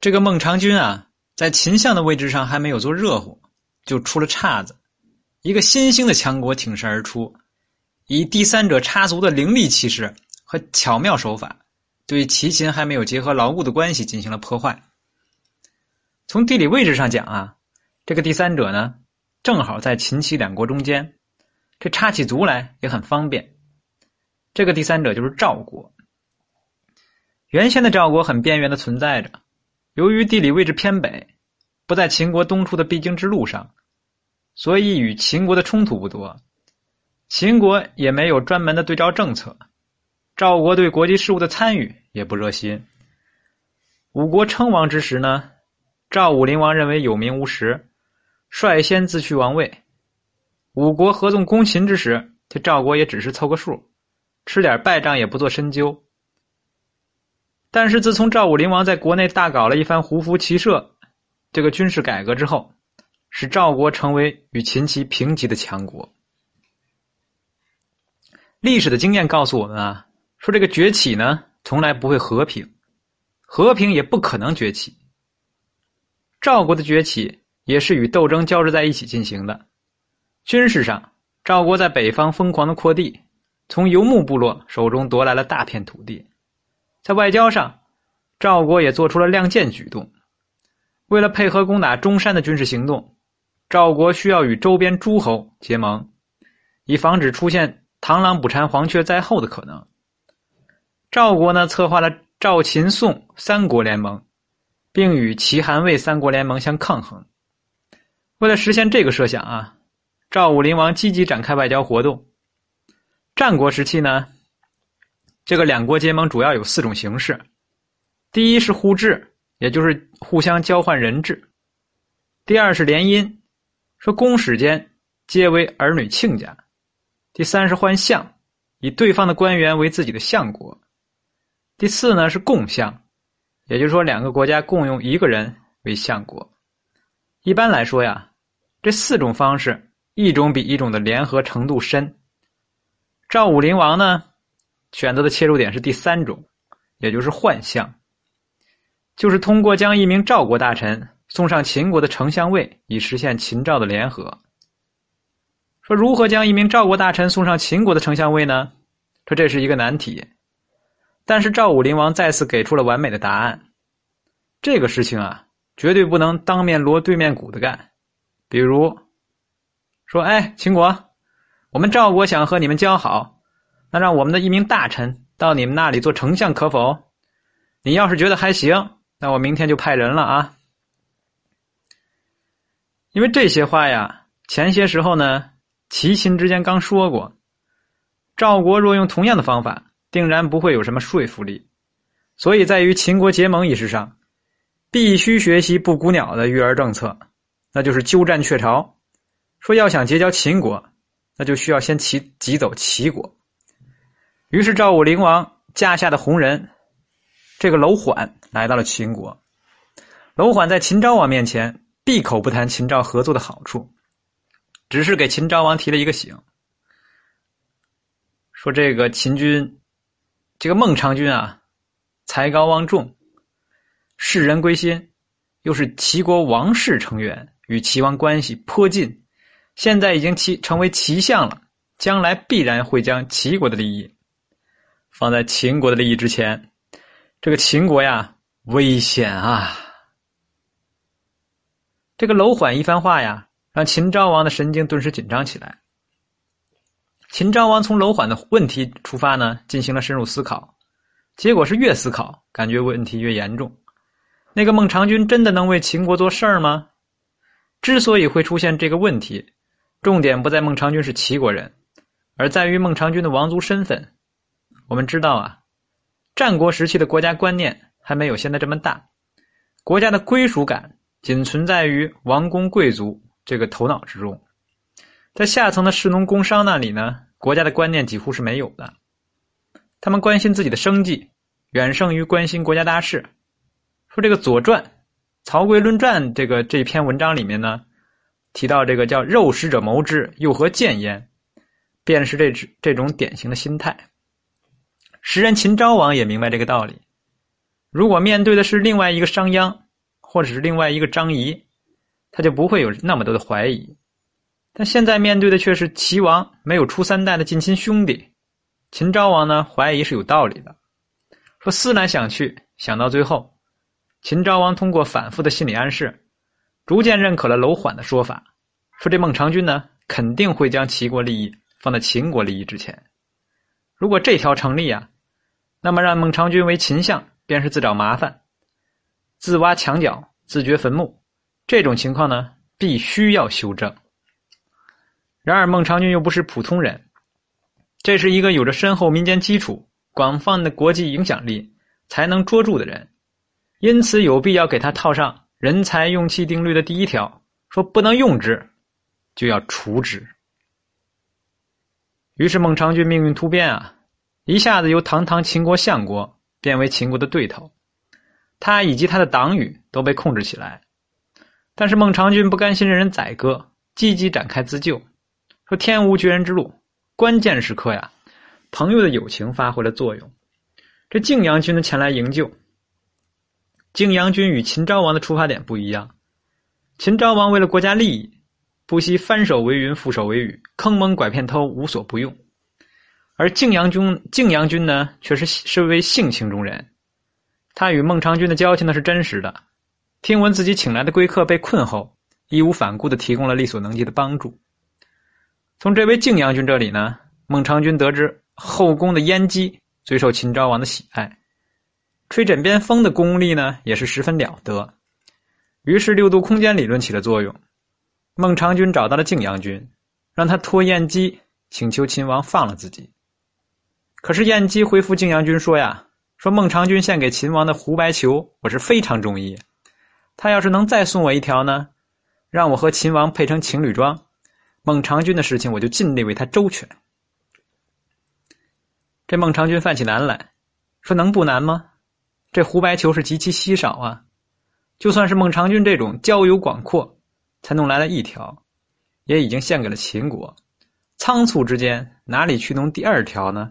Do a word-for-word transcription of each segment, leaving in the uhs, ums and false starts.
这个孟尝君啊，在秦相的位置上还没有做热乎，就出了岔子。一个新兴的强国挺身而出，以第三者插足的凌厉气势和巧妙手法，对齐秦还没有结合牢固的关系进行了破坏。从地理位置上讲啊，这个第三者呢，正好在秦齐两国中间，这插起足来也很方便。这个第三者就是赵国。原先的赵国很边缘的存在着，由于地理位置偏北，不在秦国东出的必经之路上，所以与秦国的冲突不多。秦国也没有专门的对照政策，赵国对国际事务的参与也不热心。五国称王之时呢，赵武灵王认为有名无实，率先自取王位。五国合纵攻秦之时，这赵国也只是凑个数，吃点败仗也不做深究。但是自从赵武灵王在国内大搞了一番胡服骑射这个军事改革之后，使赵国成为与秦齐平级的强国。历史的经验告诉我们啊，说这个崛起呢，从来不会和平，和平也不可能崛起。赵国的崛起也是与斗争交织在一起进行的。军事上，赵国在北方疯狂的扩地，从游牧部落手中夺来了大片土地。在外交上，赵国也做出了亮剑举动。为了配合攻打中山的军事行动，赵国需要与周边诸侯结盟，以防止出现螳螂捕蝉黄雀在后的可能。赵国呢，策划了赵秦宋三国联盟，并与齐韩魏三国联盟相抗衡。为了实现这个设想啊，赵武灵王积极展开外交活动。战国时期呢，这个两国结盟主要有四种形式。第一是互质，也就是互相交换人质。第二是联姻，说公使间皆为儿女亲家。第三是换相，以对方的官员为自己的相国。第四呢是共相，也就是说两个国家共用一个人为相国。一般来说呀，这四种方式一种比一种的联合程度深。赵武灵王呢，选择的切入点是第三种，也就是换相，就是通过将一名赵国大臣送上秦国的丞相位，以实现秦赵的联合。说如何将一名赵国大臣送上秦国的丞相位呢？说这是一个难题，但是赵武灵王再次给出了完美的答案。这个事情啊，绝对不能当面锣对面鼓的干。比如说，哎，秦国，我们赵国想和你们交好，那让我们的一名大臣到你们那里做丞相可否？你要是觉得还行，那我明天就派人了啊。因为这些话呀，前些时候呢，齐秦之间刚说过，赵国若用同样的方法，定然不会有什么说服力。所以在于秦国结盟一事上，必须学习布谷鸟的育儿政策，那就是鸠占鹊巢。说要想结交秦国，那就需要先齐挤走齐国。于是赵武灵王架下的红人这个楼缓来到了秦国。楼缓在秦昭王面前闭口不谈秦赵合作的好处，只是给秦昭王提了一个醒，说这个秦军这个孟尝君啊，才高望重，世人归心，又是齐国王室成员，与齐王关系颇近，现在已经齐成为齐相了，将来必然会将齐国的利益放在秦国的利益之前。这个秦国呀，危险啊！这个楼缓一番话呀，让秦昭王的神经顿时紧张起来。秦昭王从楼缓的问题出发呢，进行了深入思考，结果是越思考，感觉问题越严重。那个孟尝君真的能为秦国做事儿吗？之所以会出现这个问题，重点不在孟尝君是齐国人，而在于孟尝君的王族身份。我们知道啊，战国时期的国家观念还没有现在这么大，国家的归属感仅存在于王公贵族这个头脑之中。在下层的士农工商那里呢，国家的观念几乎是没有的。他们关心自己的生计，远胜于关心国家大事。说这个《左传》曹刿论战这个这篇文章里面呢，提到这个叫肉食者谋之，又何见焉，便是这这种典型的心态。时人秦昭王也明白这个道理，如果面对的是另外一个商鞅， 或者是另外一个张仪，他就不会有那么多的怀疑。但现在面对的却是齐王没有出三代的近亲兄弟，秦昭王呢，怀疑是有道理的。说思来想去，想到最后，秦昭王通过反复的心理暗示，逐渐认可了楼缓的说法，说这孟尝君呢，肯定会将齐国利益放在秦国利益之前。如果这条成立啊，那么让孟尝君为秦相，便是自找麻烦，自挖墙角，自掘坟墓。这种情况呢，必须要修正。然而孟尝君又不是普通人，这是一个有着深厚民间基础、广泛的国际影响力才能捉住的人，因此有必要给他套上人才用气定律的第一条，说不能用之，就要除之。于是孟尝君命运突变啊，一下子由堂堂秦国相国变为秦国的对头，他以及他的党羽都被控制起来。但是孟尝君不甘心任人宰割，积极展开自救，说天无绝人之路，关键时刻呀，朋友的友情发挥了作用。这泾阳君呢前来营救。泾阳君与秦昭王的出发点不一样，秦昭王为了国家利益，不惜翻手为云覆手为雨，坑蒙拐骗偷无所不用。而泾阳君泾阳君呢，却是是位性情中人，他与孟尝君的交情呢是真实的，听闻自己请来的贵客被困后，义无反顾地提供了力所能及的帮助。从这位泾阳君这里呢，孟尝君得知后宫的燕姬最受秦昭王的喜爱，吹枕边风的功力呢也是十分了得。于是六度空间理论起了作用，孟尝君找到了泾阳君，让他托燕姬请求秦王放了自己。可是燕姬回复泾阳君说呀，说孟尝君献给秦王的胡白裘我是非常中意，他要是能再送我一条呢，让我和秦王配成情侣装，孟尝君的事情我就尽力为他周全。这孟尝君犯起难来，说能不难吗？这胡白裘是极其稀少啊，就算是孟尝君这种交友广阔才弄来了一条，也已经献给了秦国，仓促之间哪里去弄第二条呢？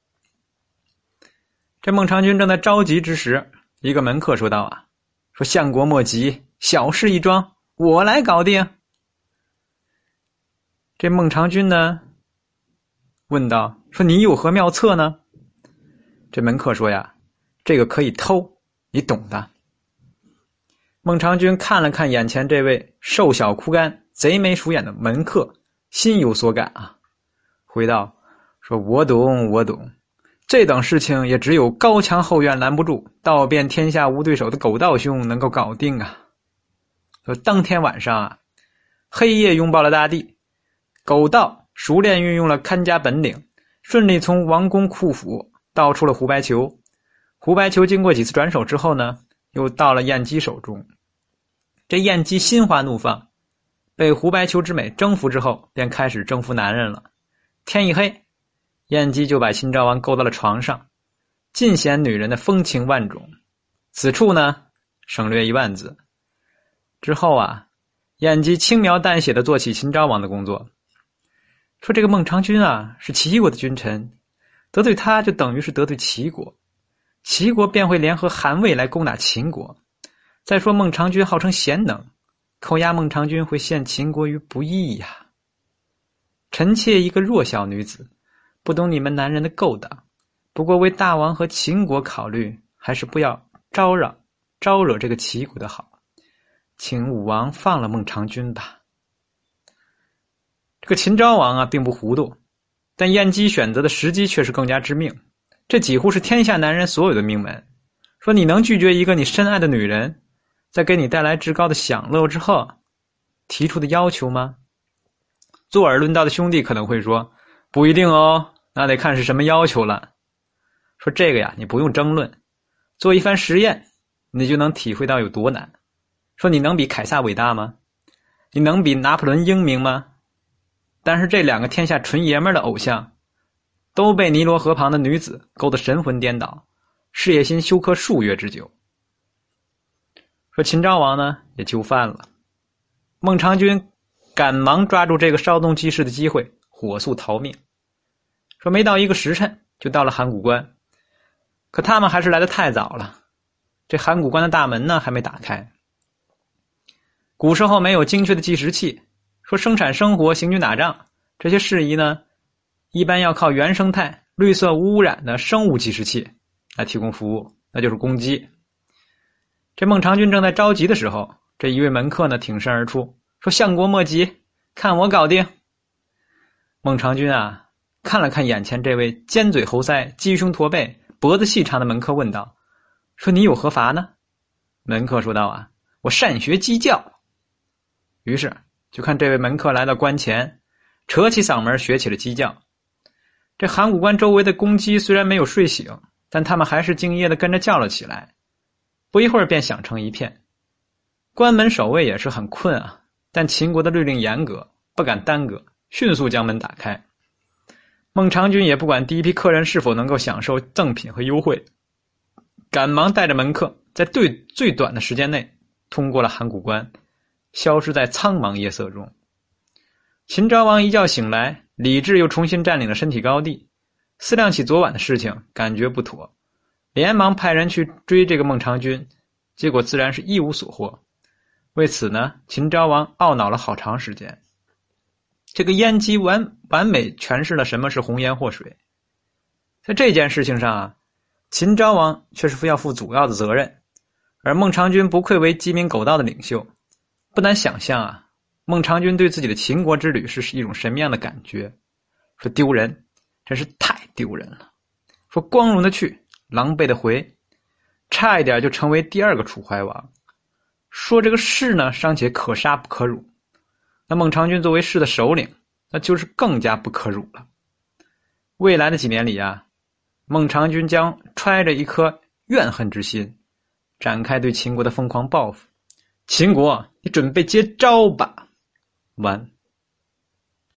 这孟尝君正在着急之时，一个门客说道啊，说相国莫急，小事一桩，我来搞定。这孟尝君呢问道，说你有何妙策呢？这门客说呀，这个可以偷，你懂的。孟尝君看了看眼前这位瘦小枯干、贼眉鼠眼的门客，心有所感啊，回道，说我懂我懂，这等事情也只有高墙后院拦不住，道遍天下无对手的狗道兄能够搞定啊。说当天晚上啊，黑夜拥抱了大地，狗道熟练运用了看家本领，顺利从王宫库府盗出了胡白裘。胡白裘经过几次转手之后呢，又到了燕姬手中。这燕姬心花怒放，被胡白裘之美征服之后，便开始征服男人了。天一黑，燕姬就把秦昭王勾到了床上，尽显女人的风情万种。此处呢，省略一万字。之后啊，燕姬轻描淡写地做起秦昭王的工作，说这个孟尝君啊是齐国的君臣，得罪他就等于是得罪齐国，齐国便会联合韩魏来攻打秦国。再说孟尝君号称贤能，扣押孟尝君会陷秦国于不义呀。臣妾一个弱小女子，不懂你们男人的勾当，不过为大王和秦国考虑，还是不要招扰招惹这个齐国的好，请武王放了孟尝君吧。这个秦昭王啊并不糊涂，但燕姬选择的时机却是更加致命，这几乎是天下男人所有的命门。说你能拒绝一个你深爱的女人在给你带来至高的享乐之后提出的要求吗？坐而论道的兄弟可能会说，不一定哦，那得看是什么要求了。说这个呀你不用争论，做一番实验你就能体会到有多难。说你能比凯撒伟大吗？你能比拿破仑英明吗？但是这两个天下纯爷们的偶像都被尼罗河旁的女子勾得神魂颠倒，事业心休克数月之久。说秦昭王呢也就范了，孟尝君赶忙抓住这个稍纵即逝的机会，火速逃命。说没到一个时辰就到了函谷关，可他们还是来得太早了，这函谷关的大门呢还没打开， 古时候没有精确的计时器，说生产生活、行军打仗这些事宜呢，一般要靠原生态、绿色无污染的生物计时器来提供服务，那就是公鸡。这孟尝君正在着急的时候，这一位门客呢挺身而出，说：“相国莫急，看我搞定。”孟尝君啊，看了看眼前这位尖嘴猴腮、鸡胸驼背、脖子细长的门客，问道：“说你有何法呢？”门客说道：“啊，我善学鸡叫。”于是就看这位门客来到关前，扯起嗓门学起了鸡叫。这函谷关周围的公鸡虽然没有睡醒，但他们还是敬业地跟着叫了起来，不一会儿便响成一片。关门守卫也是很困啊，但秦国的律令严格，不敢耽搁，迅速将门打开。孟尝君也不管第一批客人是否能够享受赠品和优惠，赶忙带着门客在最最短的时间内通过了函谷关，消失在苍茫夜色中。秦昭王一觉醒来，理智又重新占领了身体高地，思量起昨晚的事情，感觉不妥，连忙派人去追这个孟尝君，结果自然是一无所获。为此呢，秦昭王懊恼了好长时间。这个燕姬完完美诠释了什么是红颜祸水。在这件事情上啊，秦昭王却是要负主要的责任，而孟尝君不愧为鸡鸣狗盗的领袖，不难想象啊，孟尝君对自己的秦国之旅是一种什么样的感觉。说丢人，真是太丢人了。说光荣的去，狼狈的回，差一点就成为第二个楚怀王。说这个士呢，尚且可杀不可辱，那孟尝君作为士的首领，那就是更加不可辱了。未来的几年里啊，孟尝君将揣着一颗怨恨之心，展开对秦国的疯狂报复。秦国，你准备接招吧！完。